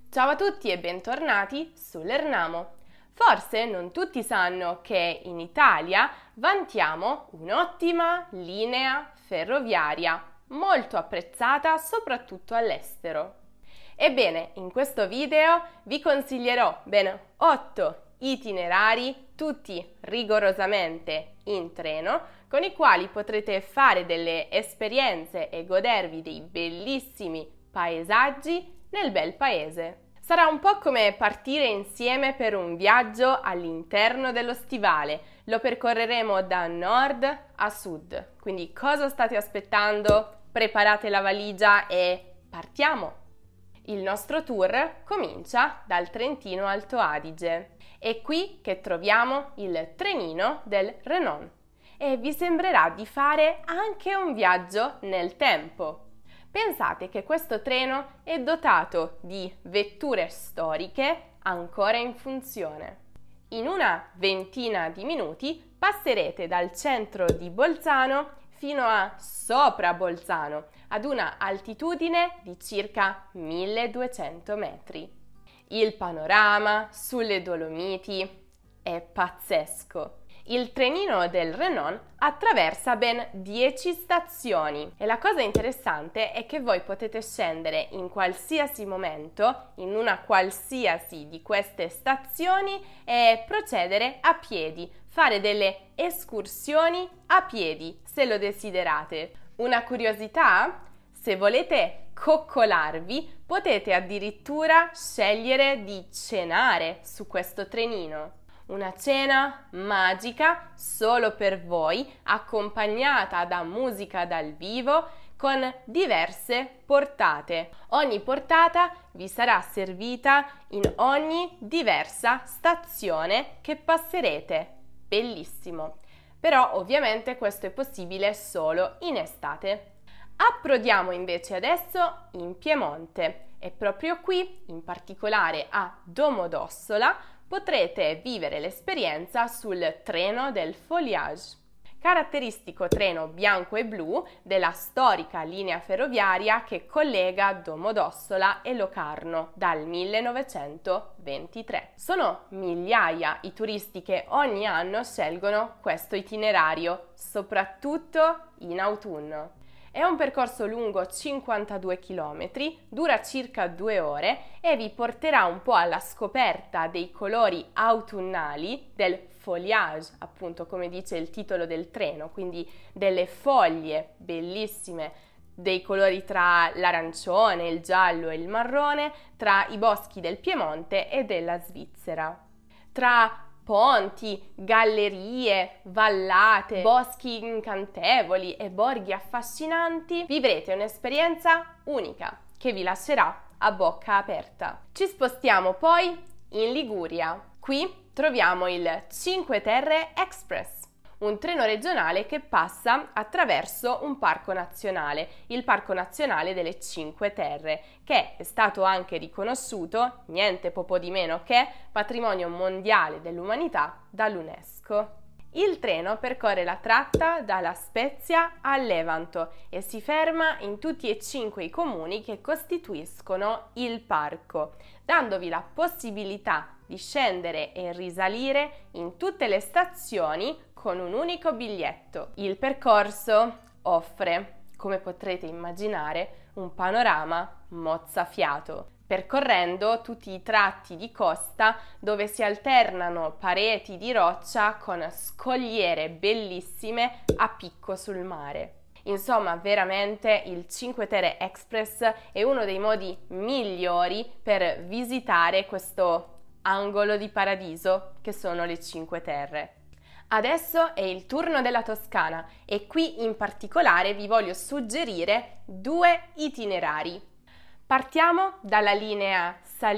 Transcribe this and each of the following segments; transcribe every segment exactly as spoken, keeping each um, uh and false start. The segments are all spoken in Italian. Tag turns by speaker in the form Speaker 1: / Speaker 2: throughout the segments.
Speaker 1: Ciao a tutti e bentornati su Lernamo. Forse non tutti sanno che in Italia vantiamo un'ottima linea ferroviaria, molto apprezzata soprattutto all'estero. Ebbene, in questo video vi consiglierò ben otto itinerari, tutti rigorosamente in treno, con i quali potrete fare delle esperienze e godervi dei bellissimi paesaggi nel bel paese. Sarà un po' come partire insieme per un viaggio all'interno dello stivale. Lo percorreremo da nord a sud. Quindi cosa state aspettando? Preparate la valigia e partiamo! Il nostro tour comincia dal Trentino Alto Adige. È qui che troviamo il trenino del Renon e vi sembrerà di fare anche un viaggio nel tempo. Pensate che questo treno è dotato di vetture storiche ancora in funzione. In una ventina di minuti passerete dal centro di Bolzano fino a sopra Bolzano, ad una altitudine di circa milleduecento metri. Il panorama sulle Dolomiti è pazzesco. Il trenino del Renon attraversa ben dieci stazioni e la cosa interessante è che voi potete scendere in qualsiasi momento in una qualsiasi di queste stazioni e procedere a piedi, fare delle escursioni a piedi se lo desiderate. Una curiosità? Se volete coccolarvi potete addirittura scegliere di cenare su questo trenino. Una cena magica solo per voi, accompagnata da musica dal vivo con diverse portate. Ogni portata vi sarà servita in ogni diversa stazione che passerete. Bellissimo! Però ovviamente questo è possibile solo in estate. Approdiamo invece adesso in Piemonte e proprio qui, in particolare a Domodossola, potrete vivere l'esperienza sul treno del Foliage, caratteristico treno bianco e blu della storica linea ferroviaria che collega Domodossola e Locarno dal millenovecentoventitré. Sono migliaia i turisti che ogni anno scelgono questo itinerario, soprattutto in autunno. È un percorso lungo cinquantadue chilometri, dura circa due ore e vi porterà un po' alla scoperta dei colori autunnali del foliage, appunto come dice il titolo del treno, quindi delle foglie bellissime, dei colori tra l'arancione, il giallo e il marrone, tra i boschi del Piemonte e della Svizzera. Tra ponti, gallerie, vallate, boschi incantevoli e borghi affascinanti, vivrete un'esperienza unica che vi lascerà a bocca aperta. Ci spostiamo poi in Liguria. Qui troviamo il Cinque Terre Express, un treno regionale che passa attraverso un parco nazionale, il Parco Nazionale delle Cinque Terre, che è stato anche riconosciuto, niente poco di meno che, patrimonio mondiale dell'umanità dall'UNESCO. Il treno percorre la tratta da La Spezia a Levanto e si ferma in tutti e cinque i comuni che costituiscono il parco, dandovi la possibilità di scendere e risalire in tutte le stazioni con un unico biglietto. Il percorso offre, come potrete immaginare, un panorama mozzafiato, percorrendo tutti i tratti di costa dove si alternano pareti di roccia con scogliere bellissime a picco sul mare. Insomma, veramente il Cinque Terre Express è uno dei modi migliori per visitare questo angolo di paradiso che sono le Cinque Terre. Adesso è il turno della Toscana e qui in particolare vi voglio suggerire due itinerari. Partiamo dalla linea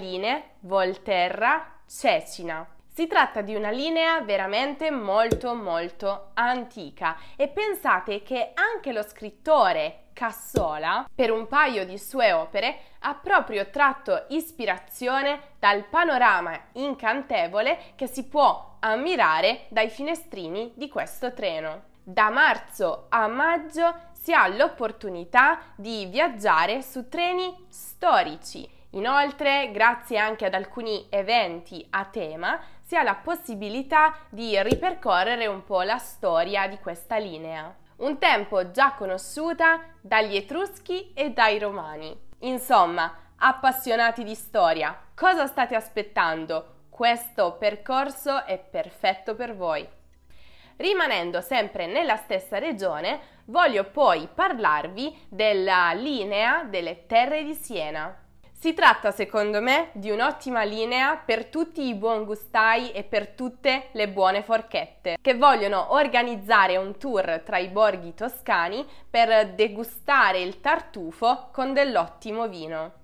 Speaker 1: Saline-Volterra-Cecina. Si tratta di una linea veramente molto molto antica e pensate che anche lo scrittore Cassola, per un paio di sue opere, ha proprio tratto ispirazione dal panorama incantevole che si può ammirare dai finestrini di questo treno. Da marzo a maggio si ha l'opportunità di viaggiare su treni storici Inoltre, grazie anche ad alcuni eventi a tema, si ha la possibilità di ripercorrere un po' la storia di questa linea. Un tempo già conosciuta dagli Etruschi e dai Romani. Insomma, appassionati di storia, cosa state aspettando? Questo percorso è perfetto per voi. Rimanendo sempre nella stessa regione, voglio poi parlarvi della linea delle Terre di Siena. Si tratta, secondo me, di un'ottima linea per tutti i buongustai e per tutte le buone forchette che vogliono organizzare un tour tra i borghi toscani per degustare il tartufo con dell'ottimo vino.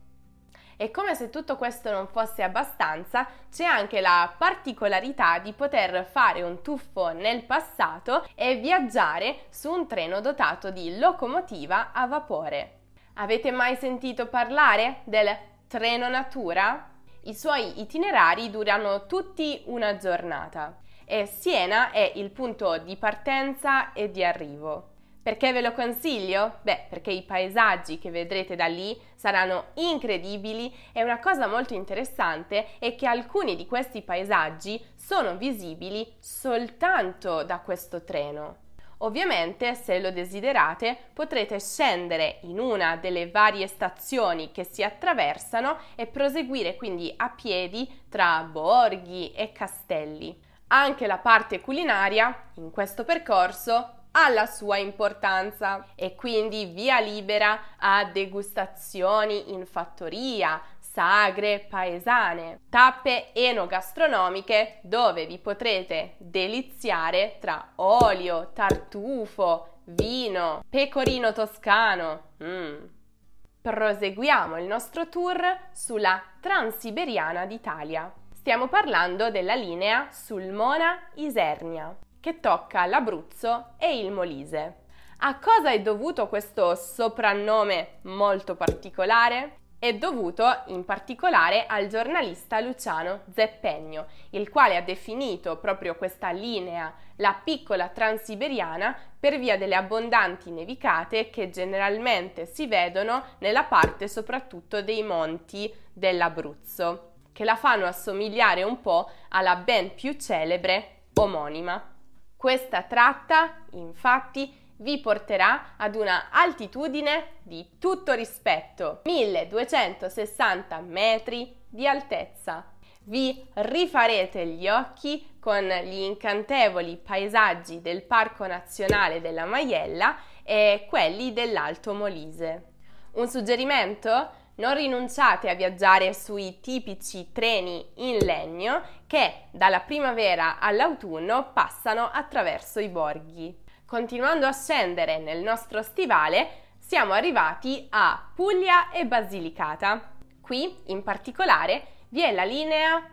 Speaker 1: E come se tutto questo non fosse abbastanza, c'è anche la particolarità di poter fare un tuffo nel passato e viaggiare su un treno dotato di locomotiva a vapore. Avete mai sentito parlare del treno natura? I suoi itinerari durano tutti una giornata e Siena è il punto di partenza e di arrivo. Perché ve lo consiglio? Beh, perché i paesaggi che vedrete da lì saranno incredibili e una cosa molto interessante è che alcuni di questi paesaggi sono visibili soltanto da questo treno. Ovviamente, se lo desiderate, potrete scendere in una delle varie stazioni che si attraversano e proseguire quindi a piedi tra borghi e castelli. Anche la parte culinaria in questo percorso ha la sua importanza e quindi via libera a degustazioni in fattoria, sagre paesane, tappe enogastronomiche dove vi potrete deliziare tra olio, tartufo, vino, pecorino toscano. Mm. Proseguiamo il nostro tour sulla Transiberiana d'Italia. Stiamo parlando della linea Sulmona-Isernia, che tocca l'Abruzzo e il Molise. A cosa è dovuto questo soprannome molto particolare? È dovuto in particolare al giornalista Luciano Zeppegno, il quale ha definito proprio questa linea la piccola Transiberiana per via delle abbondanti nevicate che generalmente si vedono nella parte soprattutto dei monti dell'Abruzzo, che la fanno assomigliare un po' alla ben più celebre omonima. Questa tratta, infatti, vi porterà ad una altitudine di tutto rispetto, milleduecentosessanta metri di altezza. Vi rifarete gli occhi con gli incantevoli paesaggi del Parco Nazionale della Maiella e quelli dell'Alto Molise. Un suggerimento? Non rinunciate a viaggiare sui tipici treni in legno che dalla primavera all'autunno passano attraverso i borghi. Continuando a scendere nel nostro stivale, siamo arrivati a Puglia e Basilicata. Qui, in particolare, vi è la linea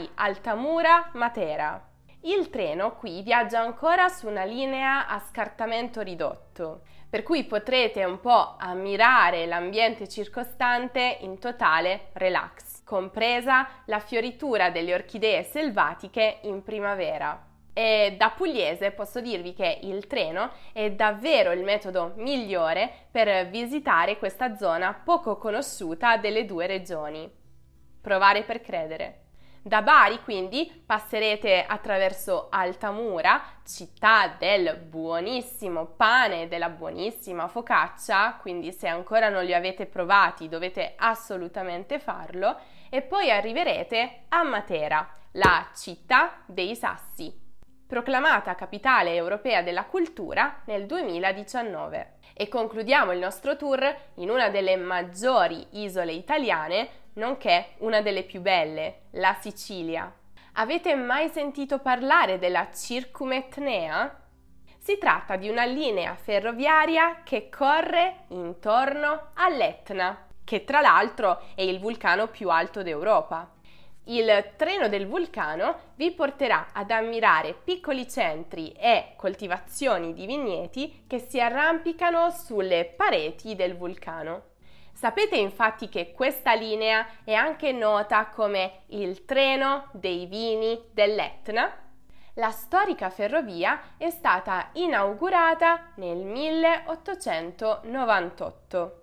Speaker 1: Bari-Altamura-Matera. Il treno qui viaggia ancora su una linea a scartamento ridotto, per cui potrete un po' ammirare l'ambiente circostante in totale relax, compresa la fioritura delle orchidee selvatiche in primavera. E da pugliese posso dirvi che il treno è davvero il metodo migliore per visitare questa zona poco conosciuta delle due regioni. Provare per credere. Da Bari quindi passerete attraverso Altamura, città del buonissimo pane e della buonissima focaccia, quindi se ancora non li avete provati dovete assolutamente farlo, e poi arriverete a Matera, la città dei sassi, proclamata capitale europea della cultura nel duemiladiciannove. E concludiamo il nostro tour in una delle maggiori isole italiane, nonché una delle più belle, la Sicilia. Avete mai sentito parlare della Circumetnea? Si tratta di una linea ferroviaria che corre intorno all'Etna, che tra l'altro è il vulcano più alto d'Europa. Il treno del vulcano vi porterà ad ammirare piccoli centri e coltivazioni di vigneti che si arrampicano sulle pareti del vulcano. Sapete infatti che questa linea è anche nota come il treno dei vini dell'Etna? La storica ferrovia è stata inaugurata nel milleottocentonovantotto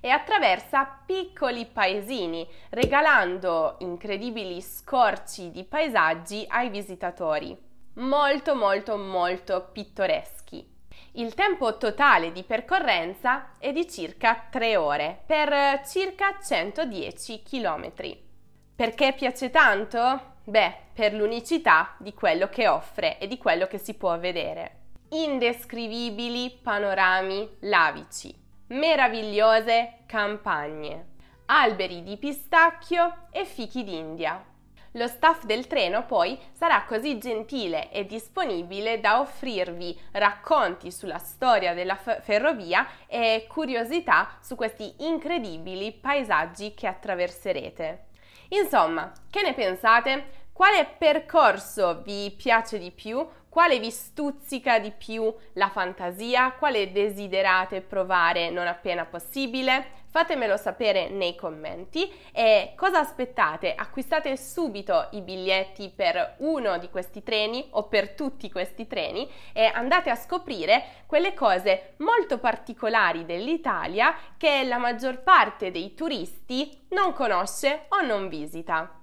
Speaker 1: e attraversa piccoli paesini, regalando incredibili scorci di paesaggi ai visitatori. Molto molto molto pittoreschi. Il tempo totale di percorrenza è di circa tre ore per circa centodieci chilometri. Perché piace tanto? Beh, per l'unicità di quello che offre e di quello che si può vedere. Indescrivibili panorami lavici, meravigliose campagne, alberi di pistacchio e fichi d'India. Lo staff del treno poi sarà così gentile e disponibile da offrirvi racconti sulla storia della f- ferrovia e curiosità su questi incredibili paesaggi che attraverserete. Insomma, che ne pensate? Quale percorso vi piace di più? Quale vi stuzzica di più la fantasia? Quale desiderate provare non appena possibile? Fatemelo sapere nei commenti. E cosa aspettate? Acquistate subito i biglietti per uno di questi treni o per tutti questi treni e andate a scoprire quelle cose molto particolari dell'Italia che la maggior parte dei turisti non conosce o non visita.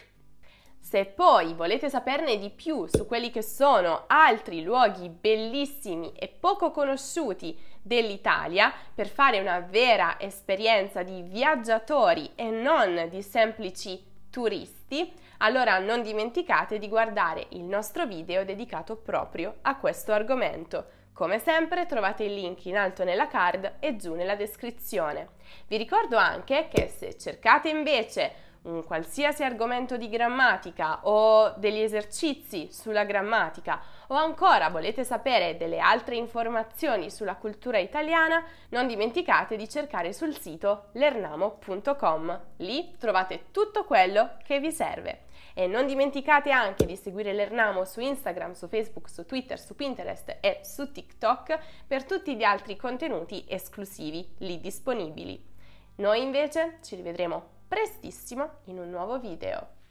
Speaker 1: Se poi volete saperne di più su quelli che sono altri luoghi bellissimi e poco conosciuti dell'Italia, per fare una vera esperienza di viaggiatori e non di semplici turisti, allora non dimenticate di guardare il nostro video dedicato proprio a questo argomento. Come sempre trovate il link in alto nella card e giù nella descrizione. Vi ricordo anche che se cercate invece un qualsiasi argomento di grammatica o degli esercizi sulla grammatica o ancora volete sapere delle altre informazioni sulla cultura italiana, non dimenticate di cercare sul sito lernamo punto com. Lì trovate tutto quello che vi serve. E non dimenticate anche di seguire Lernamo su Instagram, su Facebook, su Twitter, su Pinterest e su TikTok per tutti gli altri contenuti esclusivi lì disponibili. Noi invece ci rivedremo prestissimo in un nuovo video.